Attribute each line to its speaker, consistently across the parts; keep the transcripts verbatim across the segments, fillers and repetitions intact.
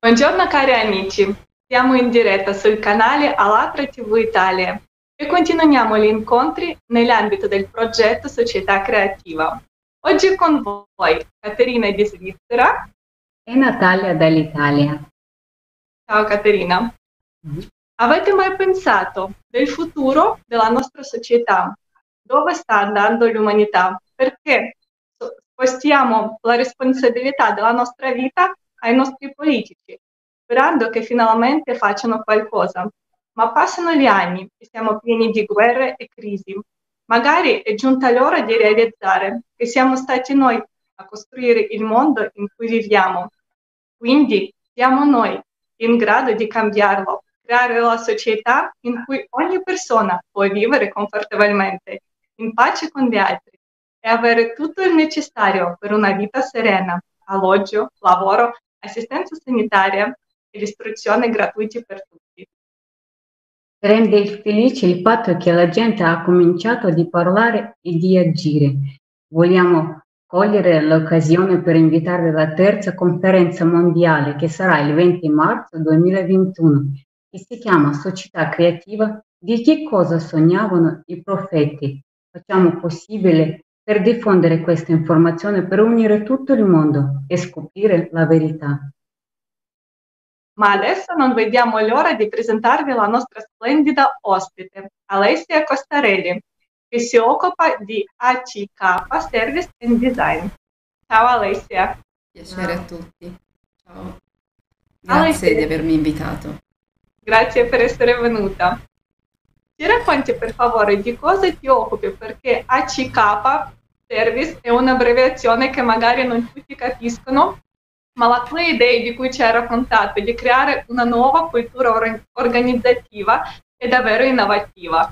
Speaker 1: Buongiorno cari amici, siamo in diretta sul canale Allatra T V Italia e continuiamo gli incontri nell'ambito del progetto Società Creativa. Oggi con voi Caterina di Svizzera
Speaker 2: e Natalia dall'Italia.
Speaker 1: Ciao Caterina. Mm-hmm. Avete mai pensato del futuro della nostra società? Dove sta andando l'umanità? Perché spostiamo la responsabilità della nostra vita ai nostri politici, sperando che finalmente facciano qualcosa. Ma passano gli anni e siamo pieni di guerre e crisi. Magari è giunta l'ora di realizzare che siamo stati noi a costruire il mondo in cui viviamo. Quindi siamo noi in grado di cambiarlo, creare la società in cui ogni persona può vivere confortevolmente, in pace con gli altri e avere tutto il necessario per una vita serena, alloggio, lavoro, assistenza sanitaria e istruzione gratuiti per tutti.
Speaker 2: Rende felice il fatto che la gente ha cominciato di parlare e di agire. Vogliamo cogliere l'occasione per invitare alla terza conferenza mondiale che sarà il venti marzo duemilaventuno, che si chiama Società Creativa. Di che cosa sognavano i profeti? Facciamo possibile per diffondere questa informazione, per unire tutto il mondo e scoprire la verità.
Speaker 1: Ma adesso non vediamo l'ora di presentarvi la nostra splendida ospite, Alessia Costarelli, che si occupa di A C K Service and Design. Ciao Alessia.
Speaker 3: Piacere a tutti. Ciao. Grazie Alessia, di avermi invitato.
Speaker 1: Grazie per essere venuta. Ci racconti per favore di cosa ti occupi, perché A C K Service è un'abbreviazione che magari non tutti capiscono, ma la tua idea di cui ci hai raccontato di creare una nuova cultura or- organizzativa è davvero innovativa.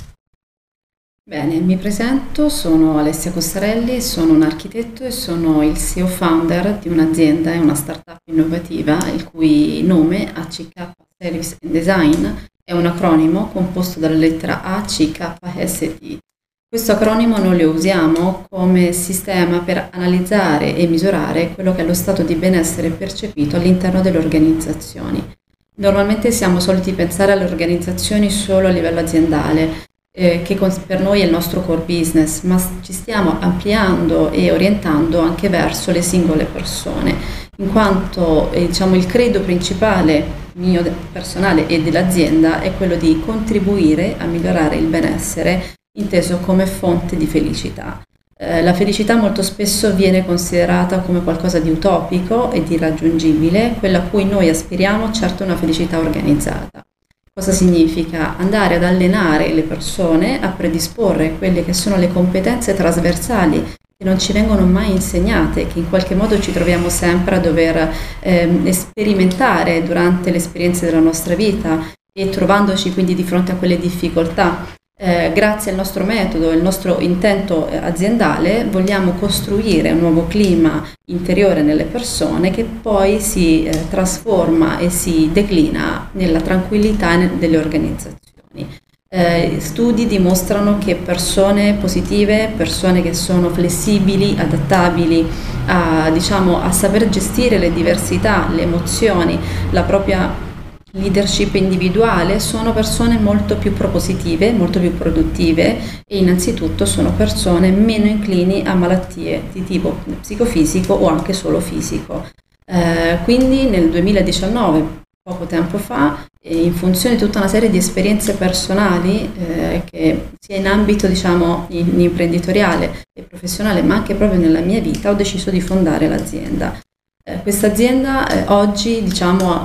Speaker 3: Bene, mi presento, sono Alessia Costarelli, sono un architetto e sono il C E O founder di un'azienda e una startup innovativa il cui nome A C K Service and Design è un acronimo composto dalla lettera A, C, K, S, T. Questo acronimo noi lo usiamo come sistema per analizzare e misurare quello che è lo stato di benessere percepito all'interno delle organizzazioni. Normalmente siamo soliti pensare alle organizzazioni solo a livello aziendale, eh, che per noi è il nostro core business, ma ci stiamo ampliando e orientando anche verso le singole persone, in quanto eh, diciamo, il credo principale mio personale e dell'azienda è quello di contribuire a migliorare il benessere inteso come fonte di felicità. Eh, la felicità molto spesso viene considerata come qualcosa di utopico e di irraggiungibile, quella a cui noi aspiriamo certo è una felicità organizzata. Cosa significa? Andare ad allenare le persone a predisporre quelle che sono le competenze trasversali che non ci vengono mai insegnate, che in qualche modo ci troviamo sempre a dover eh, sperimentare durante le esperienze della nostra vita e trovandoci quindi di fronte a quelle difficoltà. Eh, grazie al nostro metodo e al nostro intento aziendale vogliamo costruire un nuovo clima interiore nelle persone che poi si eh, trasforma e si declina nella tranquillità delle organizzazioni. Eh, studi dimostrano che persone positive, persone che sono flessibili, adattabili, a, diciamo, a saper gestire le diversità, le emozioni, la propria leadership individuale, sono persone molto più propositive, molto più produttive e innanzitutto sono persone meno inclini a malattie di tipo psicofisico o anche solo fisico. Eh, quindi nel duemiladiciannove, poco tempo fa, in funzione di tutta una serie di esperienze personali eh, che sia in ambito diciamo in imprenditoriale e professionale ma anche proprio nella mia vita, ho deciso di fondare l'azienda. Questa azienda eh, oggi diciamo,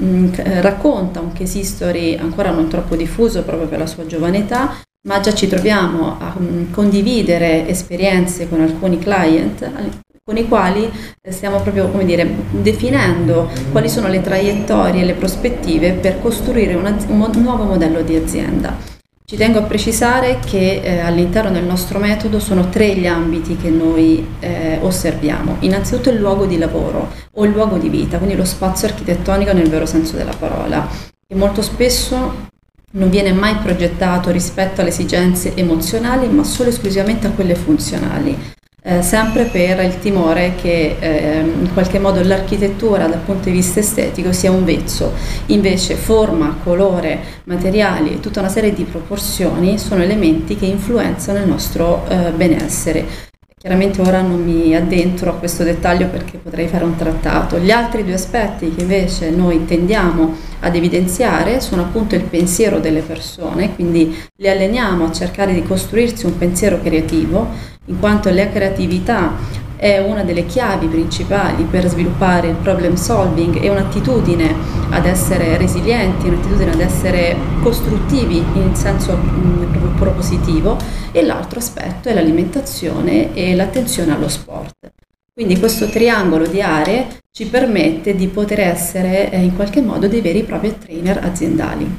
Speaker 3: r- racconta un case history ancora non troppo diffuso proprio per la sua giovane età, ma già ci troviamo a um, condividere esperienze con alcuni client con i quali eh, stiamo proprio come dire, definendo quali sono le traiettorie e le prospettive per costruire una, un, mo- un nuovo modello di azienda. Ci tengo a precisare che eh, all'interno del nostro metodo sono tre gli ambiti che noi eh, osserviamo. Innanzitutto il luogo di lavoro o il luogo di vita, quindi lo spazio architettonico nel vero senso della parola, che molto spesso non viene mai progettato rispetto alle esigenze emozionali, ma solo esclusivamente a quelle funzionali. eh, sempre per il timore che eh, in qualche modo l'architettura dal punto di vista estetico sia un vezzo. Invece forma, colore, materiali e tutta una serie di proporzioni sono elementi che influenzano il nostro eh, benessere. Chiaramente ora non mi addentro a questo dettaglio perché potrei fare un trattato. Gli altri due aspetti che invece noi tendiamo ad evidenziare sono appunto il pensiero delle persone, quindi li alleniamo a cercare di costruirsi un pensiero creativo, in quanto la creatività è una delle chiavi principali per sviluppare il problem solving e un'attitudine ad essere resilienti, un'attitudine ad essere costruttivi in senso mh, proprio propositivo, e l'altro aspetto è l'alimentazione e l'attenzione allo sport. Quindi questo triangolo di aree ci permette di poter essere eh, in qualche modo dei veri e propri trainer aziendali.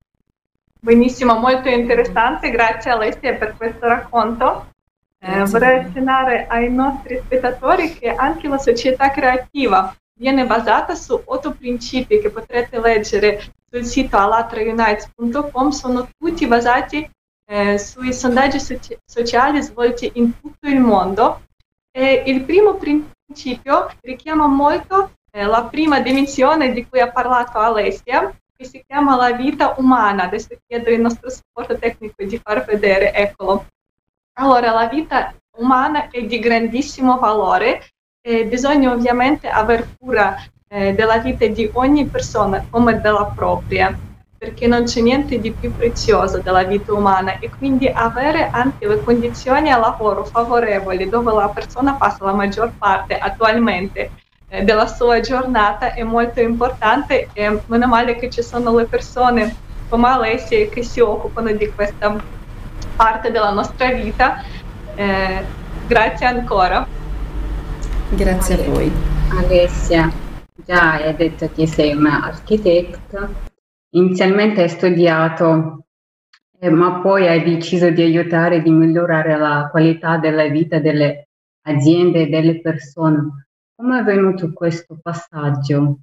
Speaker 1: Benissimo, molto interessante, grazie Alessia per questo racconto. Eh, vorrei accennare ai nostri spettatori che anche la società creativa viene basata su otto principi che potrete leggere sul sito allatra unites punto com, sono tutti basati eh, sui sondaggi soci- sociali svolti in tutto il mondo. E il primo principio richiama molto eh, la prima dimensione di cui ha parlato Alessia, che si chiama la vita umana. Adesso chiedo il nostro supporto tecnico di far vedere, eccolo. Allora, la vita umana è di grandissimo valore e bisogna ovviamente aver cura eh, della vita di ogni persona come della propria, perché non c'è niente di più prezioso della vita umana, e quindi avere anche le condizioni al lavoro favorevoli dove la persona passa la maggior parte attualmente eh, della sua giornata è molto importante, e meno male che ci sono le persone come Alessia che si occupano di questa parte della nostra vita. Eh, grazie ancora.
Speaker 3: Grazie a voi.
Speaker 2: Alessia, già hai detto che sei un'architetto, inizialmente hai studiato, eh, ma poi hai deciso di aiutare e di migliorare la qualità della vita delle aziende e delle persone. Come è avvenuto questo passaggio?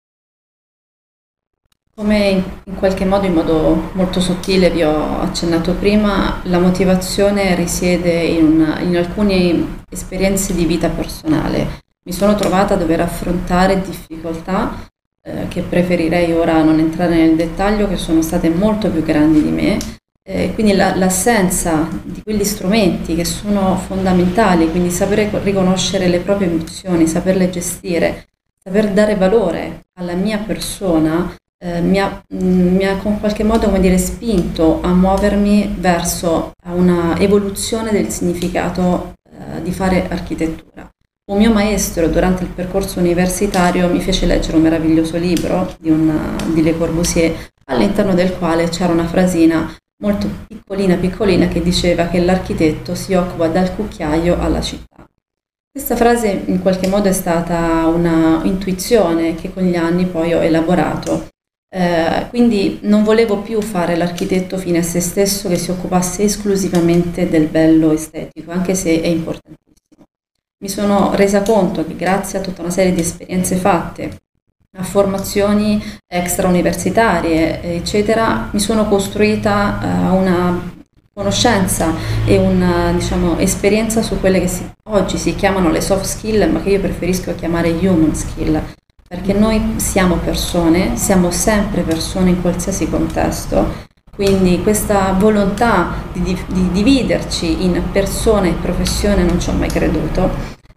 Speaker 3: Come in qualche modo, in modo molto sottile vi ho accennato prima, la motivazione risiede in, una, in alcune esperienze di vita personale. Mi sono trovata a dover affrontare difficoltà eh, che preferirei ora non entrare nel dettaglio, che sono state molto più grandi di me. Eh, quindi la, l'assenza di quegli strumenti che sono fondamentali, quindi sapere riconoscere le proprie emozioni, saperle gestire, saper dare valore alla mia persona, Eh, mi, ha, mi ha in qualche modo, come dire, spinto a muovermi verso una evoluzione del significato eh, di fare architettura. Un mio maestro durante il percorso universitario mi fece leggere un meraviglioso libro di, una, di Le Corbusier, all'interno del quale c'era una frasina molto piccolina piccolina che diceva che l'architetto si occupa dal cucchiaio alla città. Questa frase in qualche modo è stata una intuizione che con gli anni poi ho elaborato. Eh, quindi non volevo più fare l'architetto fine a se stesso che si occupasse esclusivamente del bello estetico, anche se è importantissimo. Mi sono resa conto che grazie a tutta una serie di esperienze fatte, a formazioni extrauniversitarie, eccetera, mi sono costruita uh, una conoscenza e una, diciamo, esperienza su quelle che si, oggi si chiamano le soft skill, ma che io preferisco chiamare human skill, perché noi siamo persone, siamo sempre persone in qualsiasi contesto, quindi questa volontà di, di, di dividerci in persone e professione non ci ho mai creduto,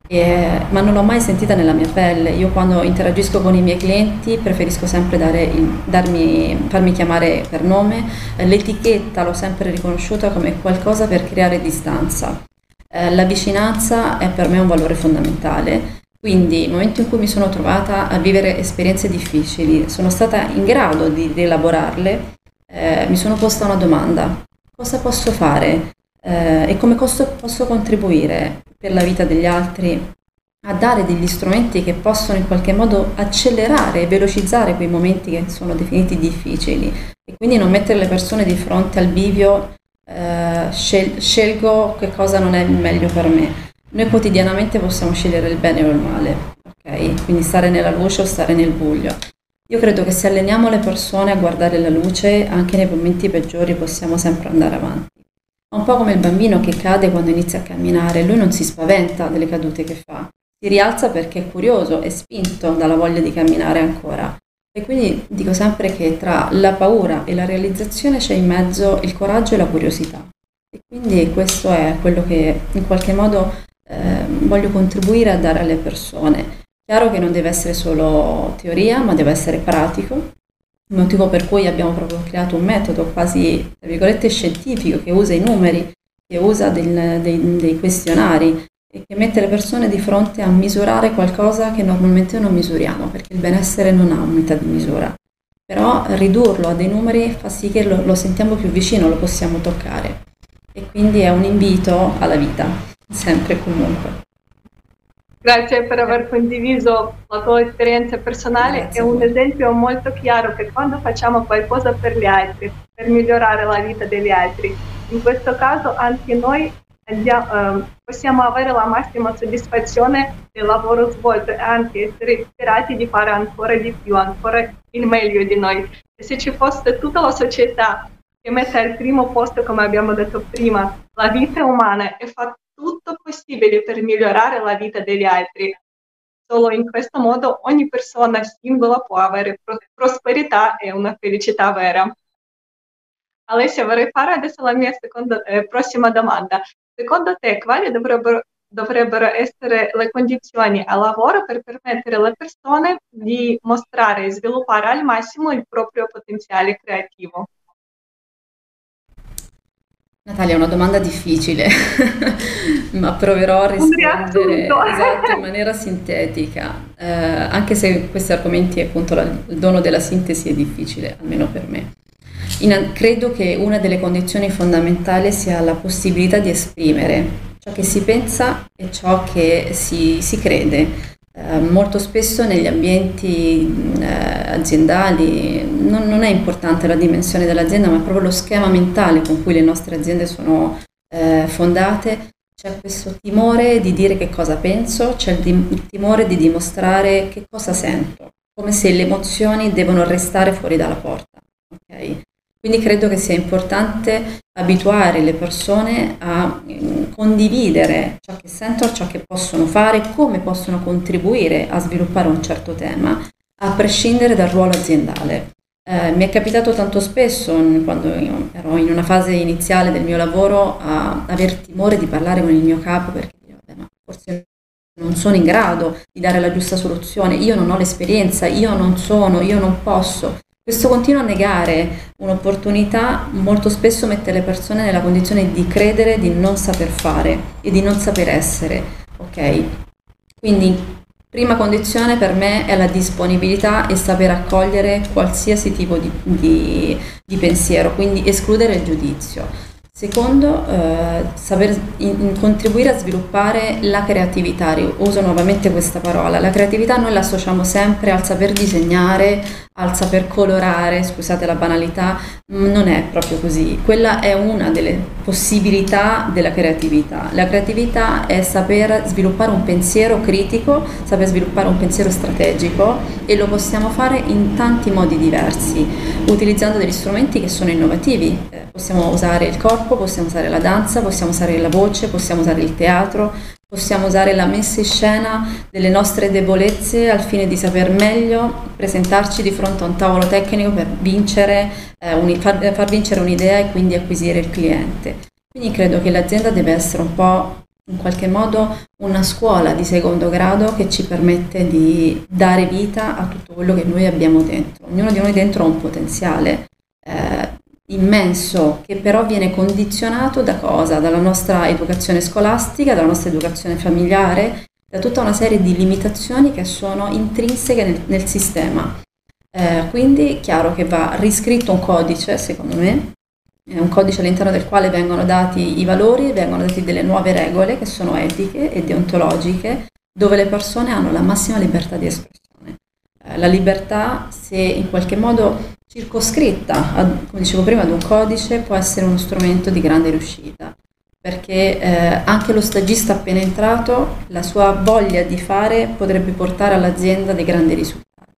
Speaker 3: eh, ma non l'ho mai sentita nella mia pelle. Io quando interagisco con i miei clienti preferisco sempre dare il, darmi, farmi chiamare per nome, l'etichetta l'ho sempre riconosciuta come qualcosa per creare distanza. Eh, la vicinanza è per me un valore fondamentale. Quindi nel momento in cui mi sono trovata a vivere esperienze difficili, sono stata in grado di elaborarle, eh, mi sono posta una domanda: cosa posso fare eh, e come posso, posso contribuire per la vita degli altri a dare degli strumenti che possono in qualche modo accelerare e velocizzare quei momenti che sono definiti difficili, e quindi non mettere le persone di fronte al bivio, eh, scel- scelgo che cosa non è meglio per me. Noi quotidianamente possiamo scegliere il bene o il male, ok? Quindi stare nella luce o stare nel buio. Io credo che se alleniamo le persone a guardare la luce, anche nei momenti peggiori possiamo sempre andare avanti. Un po' come il bambino che cade quando inizia a camminare, lui non si spaventa delle cadute che fa, si rialza perché è curioso, è spinto dalla voglia di camminare ancora. E quindi dico sempre che tra la paura e la realizzazione c'è in mezzo il coraggio e la curiosità. E quindi questo è quello che in qualche modo eh, voglio contribuire a dare alle persone. Chiaro che non deve essere solo teoria, ma deve essere pratico. Il motivo per cui abbiamo proprio creato un metodo quasi, tra virgolette, scientifico, che usa i numeri, che usa del- dei, dei questionari e che mette le persone di fronte a misurare qualcosa che normalmente non misuriamo, perché il benessere non ha unità di misura. Però ridurlo a dei numeri fa sì che lo, lo sentiamo più vicino, lo possiamo toccare. E quindi è un invito alla vita, sempre e comunque.
Speaker 1: Grazie per aver condiviso la tua esperienza personale.
Speaker 3: Grazie
Speaker 1: È
Speaker 3: a
Speaker 1: un
Speaker 3: voi.
Speaker 1: esempio molto chiaro che quando facciamo qualcosa per gli altri, per migliorare la vita degli altri, in questo caso anche noi andia- eh, possiamo avere la massima soddisfazione del lavoro svolto e anche essere ispirati di fare ancora di più, ancora il meglio di noi. E se ci fosse tutta la società che mette al primo posto, come abbiamo detto prima, la vita umana e fa tutto possibile per migliorare la vita degli altri. Solo in questo modo ogni persona singola può avere pro- prosperità e una felicità vera. Alessia, vorrei fare adesso la mia seconda, eh, prossima domanda. Secondo te, quali dovrebbero, dovrebbero essere le condizioni al lavoro per permettere alle persone di mostrare e sviluppare al massimo il proprio potenziale creativo?
Speaker 3: Natalia, è una domanda difficile, ma proverò a
Speaker 1: Un
Speaker 3: rispondere
Speaker 1: riassunto.
Speaker 3: esatto in maniera sintetica, eh, anche se questi argomenti, appunto, la- il dono della sintesi è difficile, almeno per me. In- credo che una delle condizioni fondamentali sia la possibilità di esprimere ciò che si pensa e ciò che si, si crede. Eh, molto spesso negli ambienti mh, eh, aziendali non, non è importante la dimensione dell'azienda, ma proprio lo schema mentale con cui le nostre aziende sono eh, fondate. C'è questo timore di dire che cosa penso, c'è il, dim- il timore di dimostrare che cosa sento, come se le emozioni devono restare fuori dalla porta. Ok? Quindi credo che sia importante abituare le persone a mm, condividere ciò che sentono, ciò che possono fare, come possono contribuire a sviluppare un certo tema, a prescindere dal ruolo aziendale. Eh, mi è capitato tanto spesso, mm, quando io ero in una fase iniziale del mio lavoro, a aver timore di parlare con il mio capo perché dicevo, vabbè, ma forse non sono in grado di dare la giusta soluzione, io non ho l'esperienza, io non sono, io non posso. Questo continuo a negare un'opportunità molto spesso mette le persone nella condizione di credere di non saper fare e di non saper essere, ok? Quindi, prima condizione per me è la disponibilità e saper accogliere qualsiasi tipo di, di- di pensiero, quindi escludere il giudizio. Secondo, eh, saper in- in- contribuire a sviluppare la creatività, Ri- uso nuovamente questa parola. La creatività noi la associamo sempre al saper disegnare, al saper colorare, scusate la banalità, mm, non è proprio così. Quella è una delle possibilità della creatività. La creatività è saper sviluppare un pensiero critico, saper sviluppare un pensiero strategico e lo possiamo fare in tanti modi diversi, utilizzando degli strumenti che sono innovativi. Eh, possiamo usare il corpo, possiamo usare la danza, possiamo usare la voce, possiamo usare il teatro, possiamo usare la messa in scena delle nostre debolezze al fine di saper meglio presentarci di fronte a un tavolo tecnico per vincere, eh, un- far, far vincere un'idea e quindi acquisire il cliente. Quindi credo che l'azienda deve essere un po' in qualche modo una scuola di secondo grado che ci permette di dare vita a tutto quello che noi abbiamo dentro. Ognuno di noi dentro ha un potenziale eh, immenso che però viene condizionato da cosa? Dalla nostra educazione scolastica, dalla nostra educazione familiare, da tutta una serie di limitazioni che sono intrinseche nel, nel sistema. Eh, quindi è chiaro che va riscritto un codice, secondo me, è un codice all'interno del quale vengono dati i valori, vengono date delle nuove regole che sono etiche e deontologiche, dove le persone hanno la massima libertà di espressione. Eh, la libertà, se in qualche modo circoscritta, ad- come dicevo prima, ad un codice, può essere uno strumento di grande riuscita, perché eh, anche lo stagista appena entrato, la sua voglia di fare potrebbe portare all'azienda dei grandi risultati.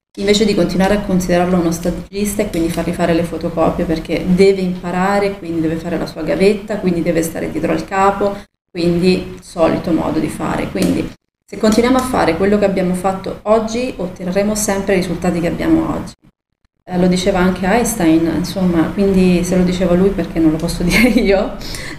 Speaker 3: invece di continuare a considerarlo uno stagista e quindi fargli fare le fotocopie perché deve imparare, quindi deve fare la sua gavetta, quindi deve stare dietro al capo, quindi solito modo di fare. Quindi se continuiamo a fare quello che abbiamo fatto oggi, otterremo sempre i risultati che abbiamo oggi. Eh, lo diceva anche Einstein, insomma, quindi se lo diceva lui perché non lo posso dire io.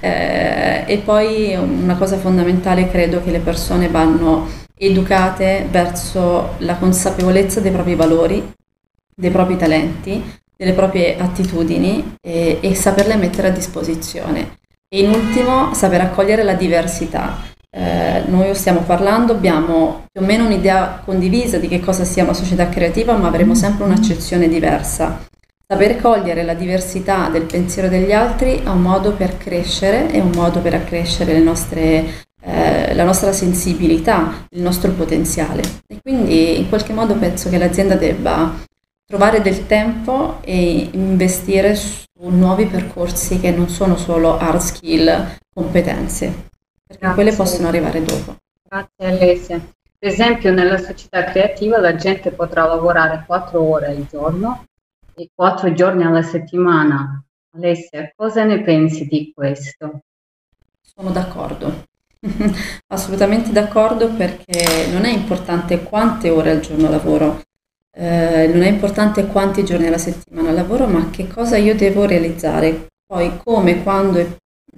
Speaker 3: Eh, e poi una cosa fondamentale, credo che le persone vanno educate verso la consapevolezza dei propri valori, dei propri talenti, delle proprie attitudini e, e saperle mettere a disposizione. E in ultimo, saper accogliere la diversità. Eh, noi stiamo parlando, abbiamo più o meno un'idea condivisa di che cosa sia una società creativa, ma avremo sempre un'accezione diversa. Saper cogliere la diversità del pensiero degli altri è un modo per crescere, è un modo per accrescere le nostre, eh, la nostra sensibilità, il nostro potenziale. E quindi in qualche modo penso che l'azienda debba trovare del tempo e investire su nuovi percorsi che non sono solo hard skill, competenze. Perché
Speaker 2: Grazie.
Speaker 3: quelle possono arrivare dopo.
Speaker 2: Grazie Alessia. Per esempio nella società creativa la gente potrà lavorare quattro ore al giorno e quattro giorni alla settimana. Alessia, cosa ne pensi di questo?
Speaker 3: Sono d'accordo, assolutamente d'accordo, perché non è importante quante ore al giorno lavoro, eh, non è importante quanti giorni alla settimana lavoro, ma che cosa io devo realizzare. Poi come, quando e-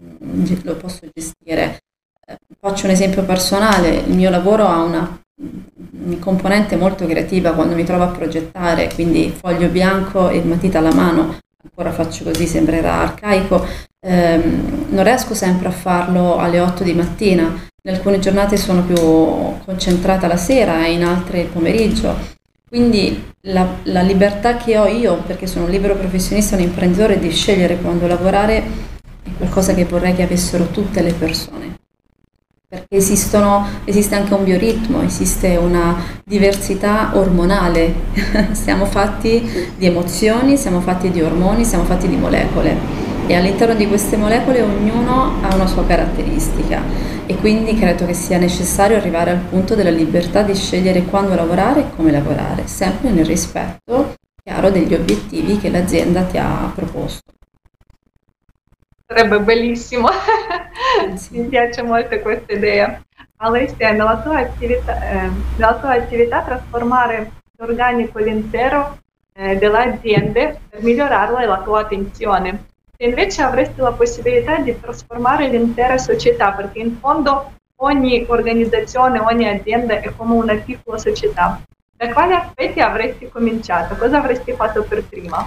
Speaker 3: lo posso gestire. Eh, Faccio un esempio personale, il mio lavoro ha una mm, componente molto creativa quando mi trovo a progettare, quindi foglio bianco e matita alla mano, ancora faccio così, sembrerà arcaico, ehm, non riesco sempre a farlo alle otto di mattina, in alcune giornate sono più concentrata la sera e in altre il pomeriggio, quindi la, la libertà che ho io, perché sono un libero professionista, un imprenditore, di scegliere quando lavorare è qualcosa che vorrei che avessero tutte le persone. Perché esistono, esiste anche un bioritmo, esiste una diversità ormonale, siamo fatti di emozioni, siamo fatti di ormoni, siamo fatti di molecole e all'interno di queste molecole ognuno ha una sua caratteristica e quindi credo che sia necessario arrivare al punto della libertà di scegliere quando lavorare e come lavorare, sempre nel rispetto chiaro degli obiettivi che l'azienda ti ha proposto.
Speaker 1: Sarebbe bellissimo,
Speaker 3: Sì.
Speaker 1: mi piace molto questa idea. Alessia, nella tua attività, eh, nella tua attività trasformare l'organico all'interno eh, delle aziende per migliorarla e la tua attenzione. Se invece avresti la possibilità di trasformare l'intera società, perché in fondo ogni organizzazione, ogni azienda è come una piccola società, da quali aspetti avresti cominciato? Cosa avresti fatto per prima?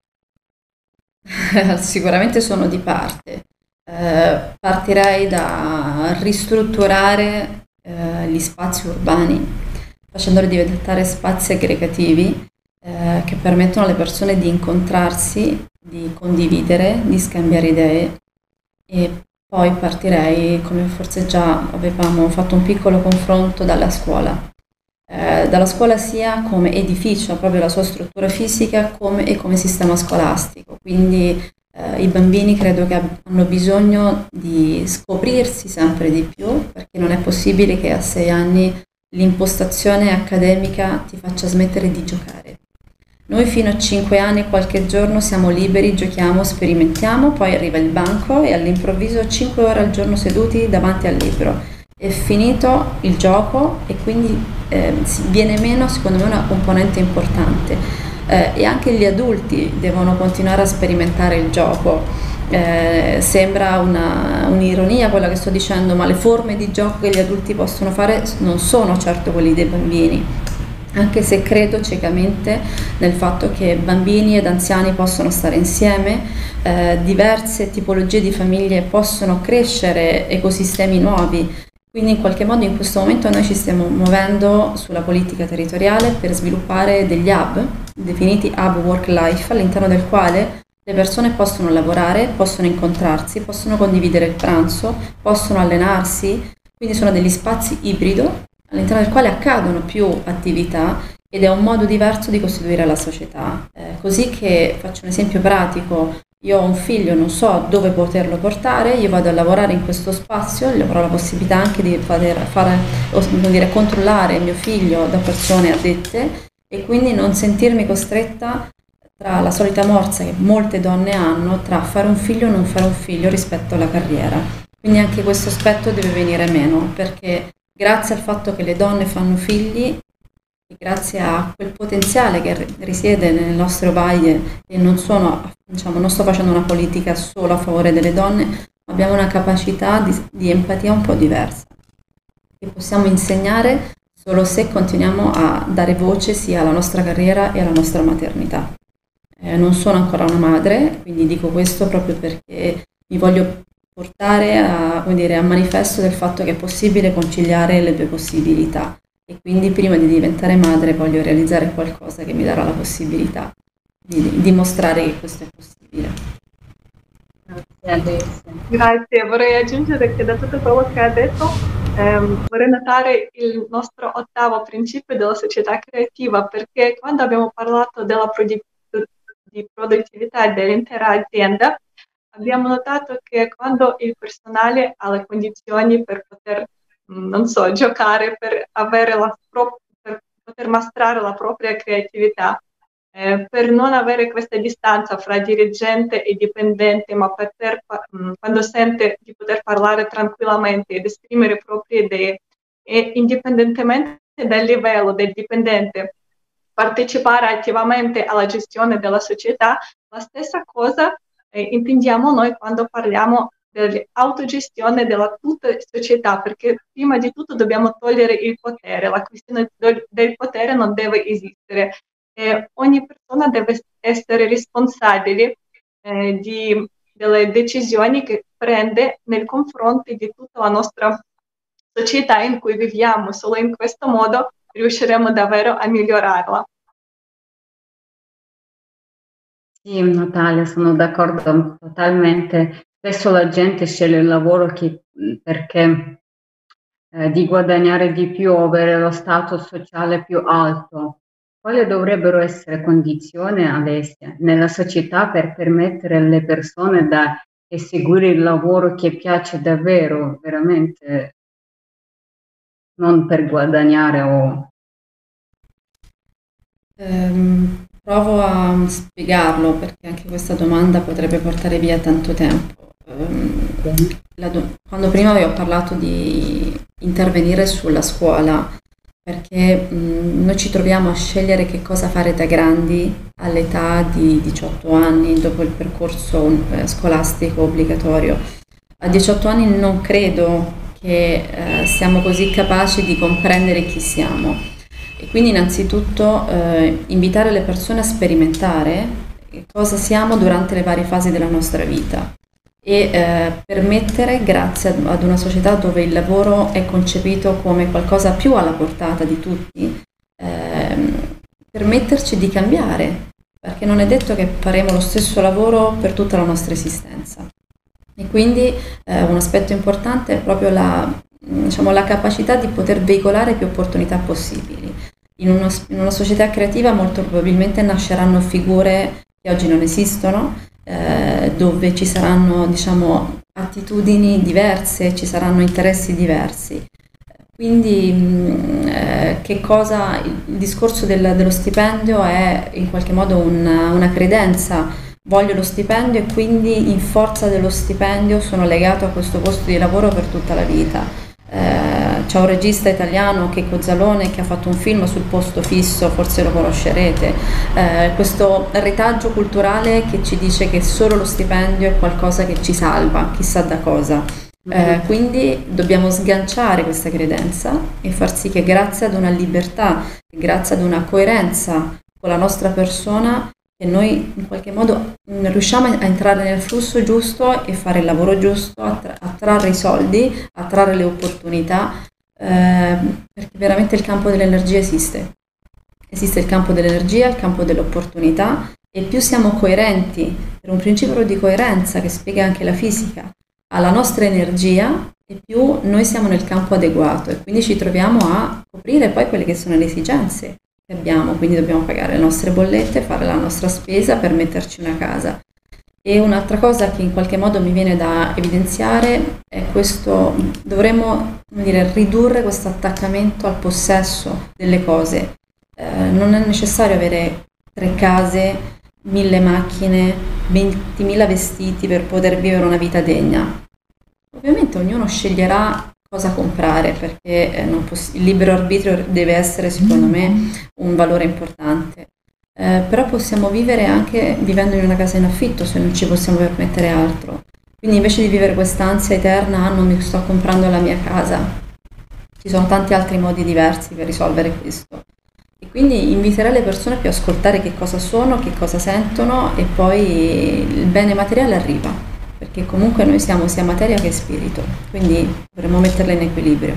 Speaker 3: Sicuramente sono di parte. Eh, partirei da ristrutturare eh, gli spazi urbani, facendoli diventare spazi aggregativi eh, che permettono alle persone di incontrarsi, di condividere, di scambiare idee e poi partirei, come forse già avevamo fatto un piccolo confronto, dalla scuola. Eh, dalla scuola sia come edificio, proprio la sua struttura fisica, come, e come sistema scolastico. Quindi eh, i bambini credo che ab- hanno bisogno di scoprirsi sempre di più, perché non è possibile che a sei anni l'impostazione accademica ti faccia smettere di giocare. Noi fino a cinque anni e qualche giorno siamo liberi, giochiamo, sperimentiamo, poi arriva il banco e all'improvviso cinque ore al giorno seduti davanti al libro. È finito il gioco e quindi eh, si- viene meno, secondo me, una componente importante. Eh, e anche gli adulti devono continuare a sperimentare il gioco. Eh, sembra una- un'ironia quella che sto dicendo, ma le forme di gioco che gli adulti possono fare non sono certo quelli dei bambini. Anche se credo ciecamente nel fatto che bambini ed anziani possono stare insieme, eh, diverse tipologie di famiglie possono crescere ecosistemi nuovi. Quindi in qualche modo in questo momento noi ci stiamo muovendo sulla politica territoriale per sviluppare degli hub, definiti hub work-life, all'interno del quale le persone possono lavorare, possono incontrarsi, possono condividere il pranzo, possono allenarsi, quindi sono degli spazi ibrido all'interno del quale accadono più attività ed è un modo diverso di costituire la società. Eh, così che faccio un esempio pratico. Io ho un figlio, non so dove poterlo portare, io vado a lavorare in questo spazio, gli avrò la possibilità anche di poter fare, o, come dire, controllare mio figlio da persone addette e quindi non sentirmi costretta tra la solita morsa che molte donne hanno tra fare un figlio o non fare un figlio rispetto alla carriera. Quindi anche questo aspetto deve venire meno, perché grazie al fatto che le donne fanno figli e grazie a quel potenziale che risiede nelle nostre ovaie, e non sono, diciamo, non sto facendo una politica solo a favore delle donne, ma abbiamo una capacità di, di empatia un po' diversa, che possiamo insegnare solo se continuiamo a dare voce sia alla nostra carriera e alla nostra maternità. Eh, non sono ancora una madre, quindi dico questo proprio perché mi voglio portare a, come dire, a manifesto del fatto che è possibile conciliare le due possibilità, e quindi prima di diventare madre voglio realizzare qualcosa che mi darà la possibilità di, di dimostrare che questo è possibile.
Speaker 2: Grazie Alessia.
Speaker 1: Grazie, vorrei aggiungere che da tutto quello che ha detto ehm, vorrei notare il nostro ottavo principio della società creativa, perché quando abbiamo parlato della produttività di produttività dell'intera azienda, abbiamo notato che quando il personale ha le condizioni per poter, non so, giocare, per avere la pro- per poter mostrare la propria creatività, eh, per non avere questa distanza fra dirigente e dipendente, ma poter, mh, quando sente di poter parlare tranquillamente ed esprimere le proprie idee, e indipendentemente dal livello del dipendente partecipare attivamente alla gestione della società, la stessa cosa eh, intendiamo noi quando parliamo dell'autogestione della tutta società, perché prima di tutto dobbiamo togliere il potere, la questione del, del potere non deve esistere, e ogni persona deve essere responsabile eh, di, delle decisioni che prende nei confronti di tutta la nostra società in cui viviamo. Solo in questo modo riusciremo davvero a migliorarla.
Speaker 2: Sì, Natalia, sono d'accordo totalmente. Spesso la gente sceglie il lavoro che, perché eh, di guadagnare di più o avere lo status sociale più alto. Quali dovrebbero essere condizioni, Alessia, nella società per permettere alle persone da eseguire il lavoro che piace davvero, veramente, non per guadagnare o...
Speaker 3: Ehm, provo a spiegarlo perché anche questa domanda potrebbe portare via tanto tempo. Ehm, la do- quando prima vi ho parlato di intervenire sulla scuola, perché mh, noi ci troviamo a scegliere che cosa fare da grandi all'età di diciotto anni, dopo il percorso eh, scolastico obbligatorio. A diciotto anni non credo che eh, siamo così capaci di comprendere chi siamo, e quindi innanzitutto eh, invitare le persone a sperimentare cosa siamo durante le varie fasi della nostra vita, e eh, permettere, grazie ad una società dove il lavoro è concepito come qualcosa più alla portata di tutti, ehm, permetterci di cambiare, perché non è detto che faremo lo stesso lavoro per tutta la nostra esistenza. E quindi eh, un aspetto importante è proprio la, diciamo, la capacità di poter veicolare più opportunità possibili. In, uno, in una società creativa molto probabilmente nasceranno figure che oggi non esistono, eh, dove ci saranno, diciamo, attitudini diverse, ci saranno interessi diversi. Quindi mh, eh, che cosa, il discorso del, dello stipendio è in qualche modo una, una credenza. Voglio lo stipendio e quindi in forza dello stipendio sono legato a questo posto di lavoro per tutta la vita. Eh, c'è un regista italiano, Checco Zalone, che ha fatto un film sul posto fisso, forse lo conoscerete, eh, questo retaggio culturale che ci dice che solo lo stipendio è qualcosa che ci salva, chissà da cosa. Eh, quindi dobbiamo sganciare questa credenza e far sì che grazie ad una libertà, grazie ad una coerenza con la nostra persona, che noi in qualche modo riusciamo a entrare nel flusso giusto e fare il lavoro giusto, attrarre i soldi, attrarre le opportunità, eh, perché veramente il campo dell'energia esiste. Esiste il campo dell'energia, il campo dell'opportunità, e più siamo coerenti, per un principio di coerenza che spiega anche la fisica, alla nostra energia, e più noi siamo nel campo adeguato, e quindi ci troviamo a coprire poi quelle che sono le esigenze che abbiamo, quindi dobbiamo pagare le nostre bollette, fare la nostra spesa per metterci una casa. E un'altra cosa che in qualche modo mi viene da evidenziare è questo: dovremmo, come dire, ridurre questo attaccamento al possesso delle cose. eh, non è necessario avere tre case, mille macchine, ventimila vestiti per poter vivere una vita degna. Ovviamente ognuno sceglierà cosa comprare, perché eh, non poss- il libero arbitrio deve essere, secondo me, un valore importante. Eh, però possiamo vivere anche vivendo in una casa in affitto se non ci possiamo permettere altro. Quindi invece di vivere quest'ansia eterna, ah, non mi sto comprando la mia casa, ci sono tanti altri modi diversi per risolvere questo. E quindi inviterei le persone più a ascoltare che cosa sono, che cosa sentono, e poi il bene materiale arriva, perché comunque noi siamo sia materia che spirito, quindi dovremmo metterla in equilibrio.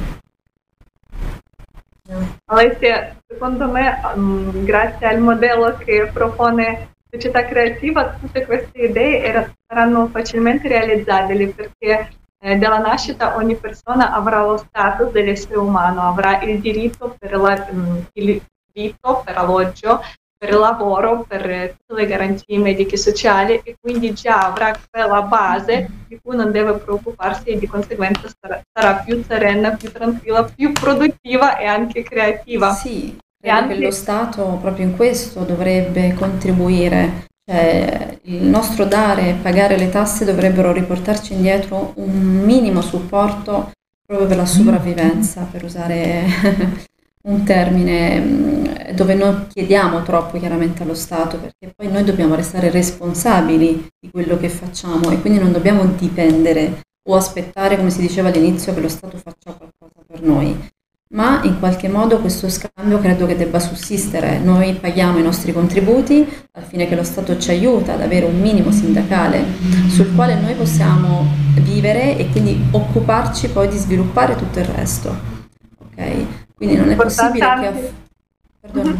Speaker 1: Alessia, secondo me, um, grazie al modello che propone Società Creativa, tutte queste idee era- saranno facilmente realizzabili, perché eh, dalla nascita ogni persona avrà lo status dell'essere umano, avrà il diritto per, la, mm, il diritto per alloggio, per lavoro, per eh, tutte le garanzie mediche e sociali, e quindi già avrà quella base di cui non deve preoccuparsi, e di conseguenza sarà, sarà più serena, più tranquilla, più produttiva e anche creativa.
Speaker 3: Sì,
Speaker 1: E
Speaker 3: credo che
Speaker 1: anche
Speaker 3: lo Stato proprio in questo dovrebbe contribuire, cioè il nostro dare e pagare le tasse dovrebbero riportarci indietro un minimo supporto proprio per la sopravvivenza, per usare un termine mh, dove non chiediamo troppo chiaramente allo Stato, perché poi noi dobbiamo restare responsabili di quello che facciamo e quindi non dobbiamo dipendere o aspettare, come si diceva all'inizio, che lo Stato faccia qualcosa per noi. Ma in qualche modo questo scambio credo che debba sussistere. Noi paghiamo i nostri contributi al fine che lo Stato ci aiuta ad avere un minimo sindacale sul quale noi possiamo vivere e quindi occuparci poi di sviluppare tutto il resto. Ok? Quindi non è
Speaker 1: importante
Speaker 3: possibile che...
Speaker 1: anche.
Speaker 3: aff- Perdona.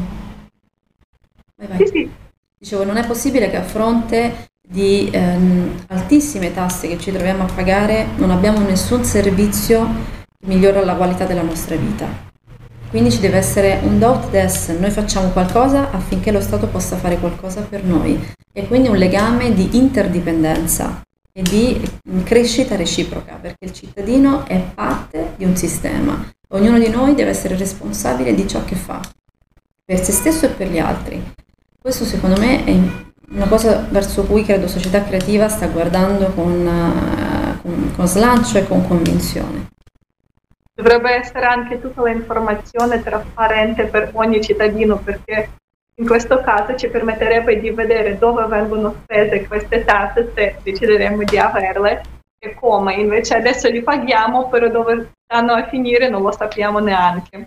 Speaker 3: Vai,
Speaker 1: Sì,
Speaker 3: vai.
Speaker 1: sì,
Speaker 3: Dicevo, non è possibile che a fronte di ehm, altissime tasse che ci troviamo a pagare non abbiamo nessun servizio che migliora la qualità della nostra vita. Quindi ci deve essere un do ut des, noi facciamo qualcosa affinché lo Stato possa fare qualcosa per noi, e quindi un legame di interdipendenza e di mm, crescita reciproca, perché il cittadino è parte di un sistema. Ognuno di noi deve essere responsabile di ciò che fa, per se stesso e per gli altri. Questo secondo me è una cosa verso cui credo Società Creativa sta guardando con, eh, con, con slancio e con convinzione.
Speaker 1: dovrebbe essere anche tutta l'informazione trasparente per ogni cittadino, perché in questo caso ci permetterebbe di vedere dove vengono spese queste tasse, se decideremo di averle, e come. Invece adesso li paghiamo, però dove stanno a finire non lo sappiamo neanche.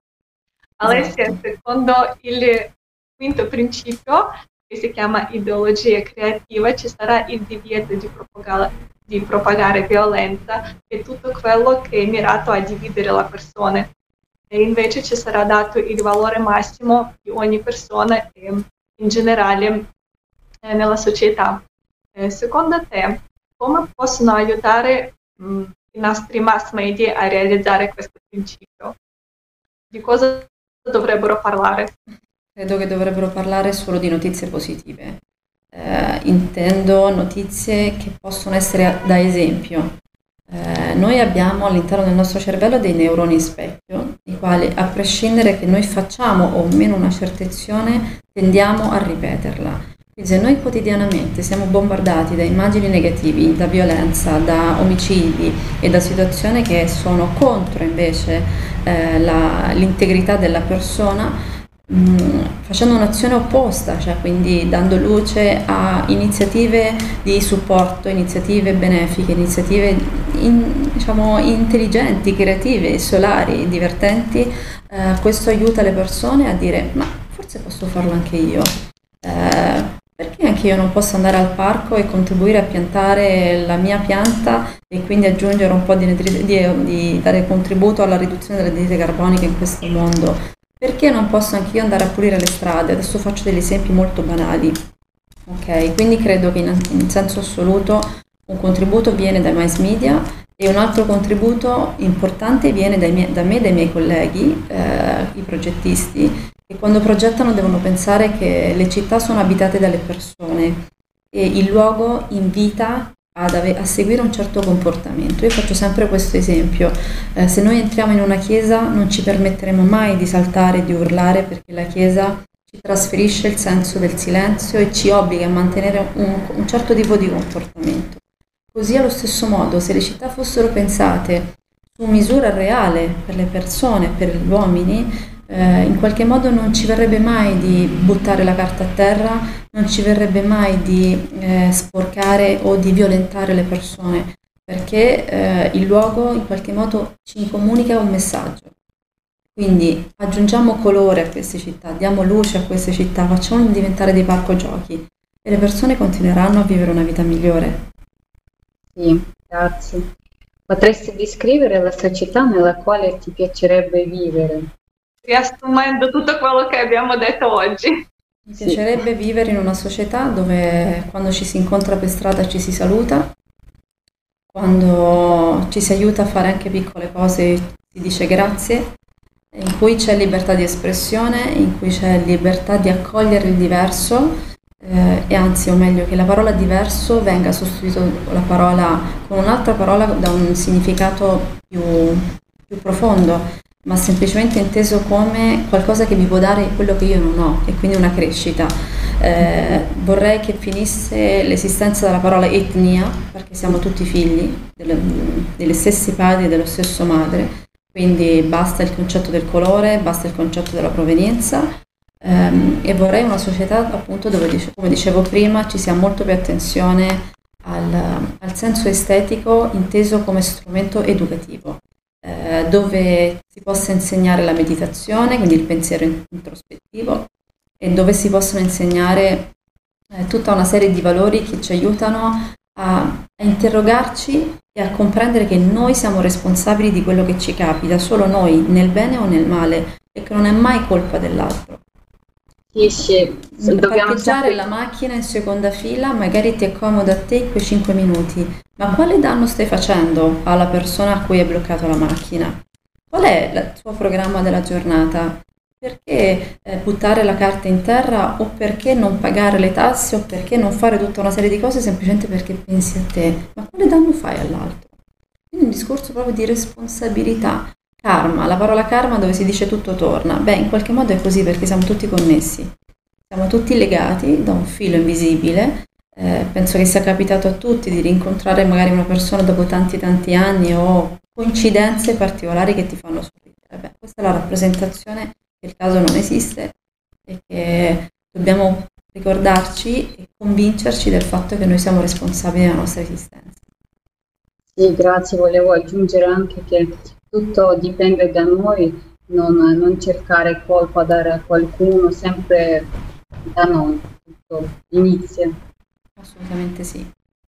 Speaker 1: Alessia,
Speaker 3: Esatto.
Speaker 1: secondo il quinto principio, che si chiama ideologia creativa, ci sarà il divieto di propagare, di propagare violenza e tutto quello che è mirato a dividere la persona. E invece ci sarà dato il valore massimo di ogni persona e in generale eh, nella società. Eh, secondo te, come possono aiutare mh, i nostri mass media a realizzare questo principio? Di cosa dovrebbero parlare?
Speaker 3: Credo che dovrebbero parlare solo di notizie positive. Eh, intendo notizie che possono essere da esempio. Eh, noi abbiamo all'interno del nostro cervello dei neuroni specchio, i quali, a prescindere che noi facciamo o meno una certa azione, tendiamo a ripeterla. Quindi se noi quotidianamente siamo bombardati da immagini negativi, da violenza, da omicidi e da situazioni che sono contro invece eh, la- l'integrità della persona, mh, facendo un'azione opposta, cioè quindi dando luce a iniziative di supporto, iniziative benefiche, iniziative in- diciamo, intelligenti, creative, solari, divertenti, eh, questo aiuta le persone a dire ma forse posso farlo anche io. Eh, perché anche io non posso andare al parco e contribuire a piantare la mia pianta e quindi aggiungere un po' di, nitri- di, di dare contributo alla riduzione delle anidride carboniche in questo mondo? Perché non posso anche io andare a pulire le strade? Adesso faccio degli esempi molto banali. Ok, quindi credo che in, in senso assoluto un contributo viene dai mass media e un altro contributo importante viene dai miei- da me e dai miei colleghi, eh, i progettisti, che quando progettano devono pensare che le città sono abitate dalle persone e il luogo invita ad ave- a seguire un certo comportamento. Io faccio sempre questo esempio: eh, se noi entriamo in una chiesa non ci permetteremo mai di saltare e di urlare, perché la chiesa ci trasferisce il senso del silenzio e ci obbliga a mantenere un, un certo tipo di comportamento. Così allo stesso modo, se le città fossero pensate su misura reale per le persone, per gli uomini, eh, in qualche modo non ci verrebbe mai di buttare la carta a terra, non ci verrebbe mai di eh, sporcare o di violentare le persone, perché eh, il luogo in qualche modo ci comunica un messaggio. Quindi aggiungiamo colore a queste città, diamo luce a queste città, facciamole diventare dei parco giochi e le persone continueranno a vivere una vita migliore.
Speaker 2: Sì, grazie. Potresti descrivere la società nella quale ti piacerebbe vivere?
Speaker 1: Riassumendo tutto quello che abbiamo detto oggi.
Speaker 3: Mi piacerebbe vivere in una società dove quando ci si incontra per strada ci si saluta, quando ci si aiuta a fare anche piccole cose si dice grazie, in cui c'è libertà di espressione, in cui c'è libertà di accogliere il diverso, eh, e anzi, o meglio, che la parola diverso venga sostituita la parola con un'altra parola da un significato più, più profondo, ma semplicemente inteso come qualcosa che mi può dare quello che io non ho, e quindi una crescita. Eh, vorrei che finisse l'esistenza della parola etnia, perché siamo tutti figli delle, delle stesse padri e dello stesso madre, quindi basta il concetto del colore, basta il concetto della provenienza, ehm, e vorrei una società appunto dove, come dicevo prima, ci sia molto più attenzione al, al senso estetico inteso come strumento educativo, eh, dove si possa insegnare la meditazione, quindi il pensiero introspettivo, e dove si possono insegnare eh, tutta una serie di valori che ci aiutano a, a interrogarci e a comprendere che noi siamo responsabili di quello che ci capita, solo noi, nel bene o nel male, e che non è mai colpa dell'altro.
Speaker 2: Sì, sì.
Speaker 3: Parcheggiare sempre la macchina in seconda fila magari ti accomoda a te quei cinque minuti, ma quale danno stai facendo alla persona a cui hai bloccato la macchina? Qual è il tuo programma della giornata? Perché eh, buttare la carta in terra, o perché non pagare le tasse, o perché non fare tutta una serie di cose semplicemente perché pensi a te? Ma quale danno fai all'altro? Quindi un discorso proprio di responsabilità. Karma, la parola karma dove si dice tutto torna. Beh, in qualche modo è così perché siamo tutti connessi, siamo tutti legati da un filo invisibile. Eh, penso che sia capitato a tutti di rincontrare magari una persona dopo tanti tanti anni, o coincidenze particolari che ti fanno sorridere. Beh, questa è la rappresentazione che il caso non esiste e che dobbiamo ricordarci e convincerci del fatto che noi siamo responsabili della nostra esistenza.
Speaker 2: Sì, grazie. Volevo aggiungere anche che tutto dipende da noi, non, non cercare colpa a dare a qualcuno, sempre da noi, tutto inizia.
Speaker 3: Assolutamente sì.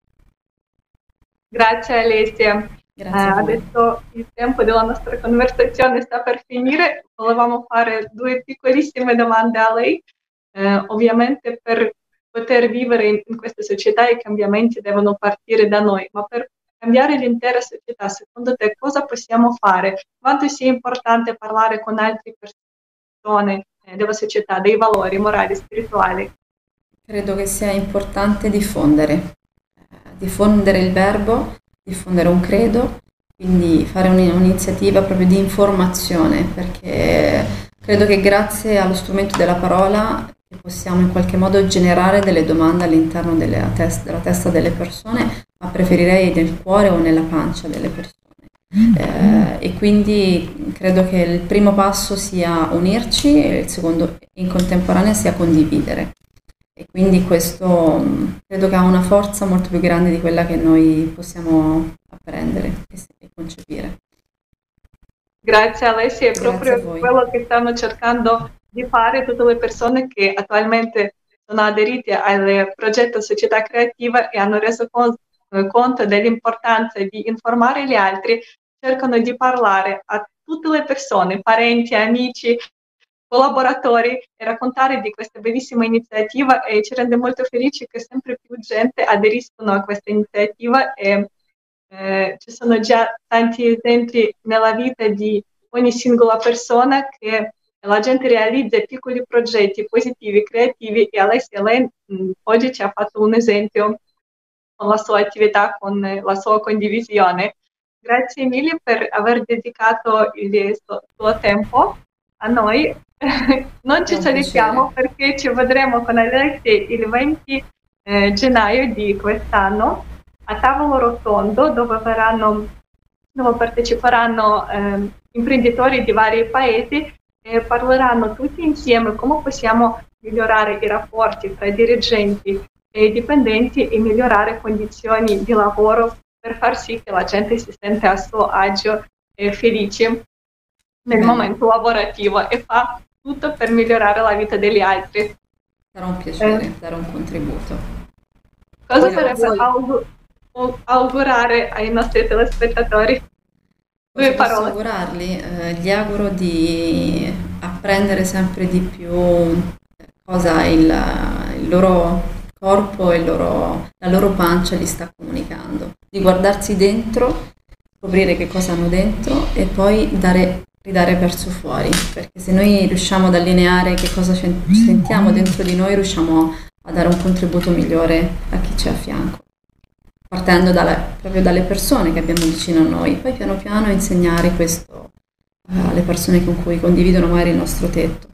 Speaker 1: Grazie Alessia.
Speaker 3: Grazie a
Speaker 1: Eh,
Speaker 3: voi.
Speaker 1: adesso il tempo della nostra conversazione sta per finire. Volevamo fare due piccolissime domande a lei. Eh, ovviamente per poter vivere in, in questa società i cambiamenti devono partire da noi, ma per cambiare l'intera società, secondo te cosa possiamo fare? Quanto sia importante parlare con altre persone eh, della società, dei valori morali, spirituali?
Speaker 3: Credo che sia importante diffondere, eh, diffondere il verbo, diffondere un credo, quindi fare un- un'iniziativa proprio di informazione, perché credo che grazie allo strumento della parola possiamo in qualche modo generare delle domande all'interno della testa, della testa delle persone, ma preferirei nel cuore o nella pancia delle persone. Eh, e quindi credo che il primo passo sia unirci e il secondo in contemporanea sia condividere. E quindi questo mh, credo che ha una forza molto più grande di quella che noi possiamo apprendere e, e concepire.
Speaker 1: Grazie Alessia, è
Speaker 3: Grazie
Speaker 1: proprio
Speaker 3: a voi.
Speaker 1: quello che stanno cercando di fare tutte le persone che attualmente sono aderite al progetto Società Creativa e hanno reso con- eh, conto dell'importanza di informare gli altri, cercano di parlare a tutte le persone, parenti, amici, collaboratori, e raccontare di questa bellissima iniziativa, e ci rende molto felici che sempre più gente aderiscono a questa iniziativa, e eh, ci sono già tanti esempi nella vita di ogni singola persona che la gente realizza piccoli progetti positivi, creativi, e Alessia lei mh, oggi ci ha fatto un esempio con la sua attività, con la sua condivisione. Grazie mille per aver dedicato il suo tempo a noi. Non ci salutiamo perché ci vedremo con Alessia il venti eh, gennaio di quest'anno a tavolo rotondo dove, verranno, dove parteciperanno eh, imprenditori di vari paesi e parleranno tutti insieme come possiamo migliorare i rapporti tra i dirigenti e i dipendenti e migliorare condizioni di lavoro per far sì che la gente si senta a suo agio e felice nel
Speaker 3: Bene.
Speaker 1: momento lavorativo e fa tutto per migliorare la vita degli altri.
Speaker 3: Sarà un piacere
Speaker 1: Eh.
Speaker 3: dare un contributo.
Speaker 1: Cosa
Speaker 2: Io
Speaker 1: sarebbe
Speaker 2: voi-
Speaker 1: augu- au- augurare ai nostri telespettatori?
Speaker 3: Cosa
Speaker 1: Due
Speaker 3: posso
Speaker 1: parole.
Speaker 3: augurargli? Eh, gli auguro di apprendere sempre di più eh, cosa il, il loro corpo e il loro- la loro pancia gli sta comunicando, di guardarsi dentro, scoprire che cosa hanno dentro e poi dare, ridare verso fuori, perché se noi riusciamo ad allineare che cosa ci sentiamo dentro di noi, riusciamo a dare un contributo migliore a chi c'è a fianco, partendo dalla- proprio dalle persone che abbiamo vicino a noi, poi piano piano insegnare questo eh, alle persone con cui condividono magari il nostro tetto,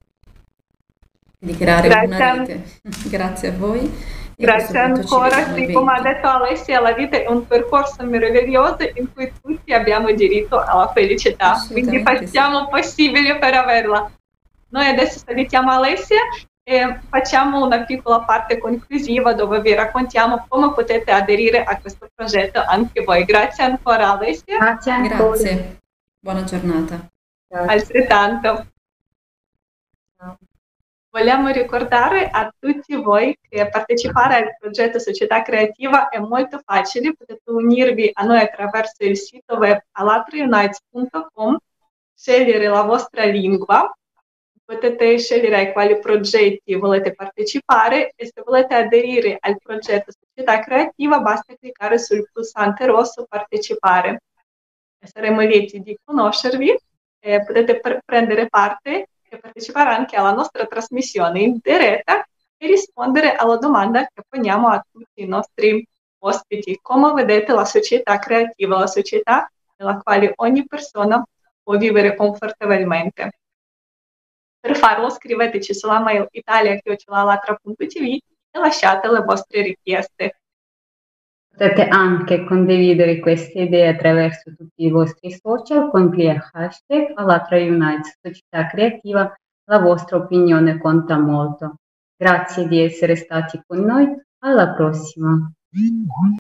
Speaker 3: di creare
Speaker 1: Grazie.
Speaker 3: una rete. Grazie a voi e a questo
Speaker 1: Grazie
Speaker 3: punto ci
Speaker 1: ancora,
Speaker 3: vediamo il
Speaker 1: sì, come ha
Speaker 3: venti.
Speaker 1: detto Alessia, la vita è un percorso meraviglioso in cui tutti abbiamo diritto alla felicità, quindi
Speaker 3: Assolutamente sì.
Speaker 1: facciamo il possibile per averla. Noi adesso salutiamo Alessia e facciamo una piccola parte conclusiva dove vi raccontiamo come potete aderire a questo progetto anche voi. Grazie ancora Alessia,
Speaker 2: Grazie ancora.
Speaker 3: Grazie, buona giornata.
Speaker 2: Grazie.
Speaker 1: altrettanto.
Speaker 2: Ciao.
Speaker 1: Vogliamo ricordare a tutti voi che partecipare al progetto Società Creativa è molto facile, potete unirvi a noi attraverso il sito web alatraunites punto com, scegliere la vostra lingua, potete scegliere ai quali progetti volete partecipare e se volete aderire al progetto Società Creativa basta cliccare sul pulsante rosso partecipare. E saremo lieti di conoscervi, eh, potete pr- prendere parte e partecipare anche alla nostra trasmissione in diretta e rispondere alla domanda che poniamo a tutti i nostri ospiti. Come vedete la società creativa, la società nella quale ogni persona può vivere confortevolmente. Per farlo scriveteci sulla mail italia chiocciola alatra punto t v e lasciate le vostre richieste.
Speaker 2: Potete anche condividere queste idee attraverso tutti i vostri social con il hashtag AlatraUnites Società Creativa. La vostra opinione conta molto. Grazie di essere stati con noi. Alla prossima.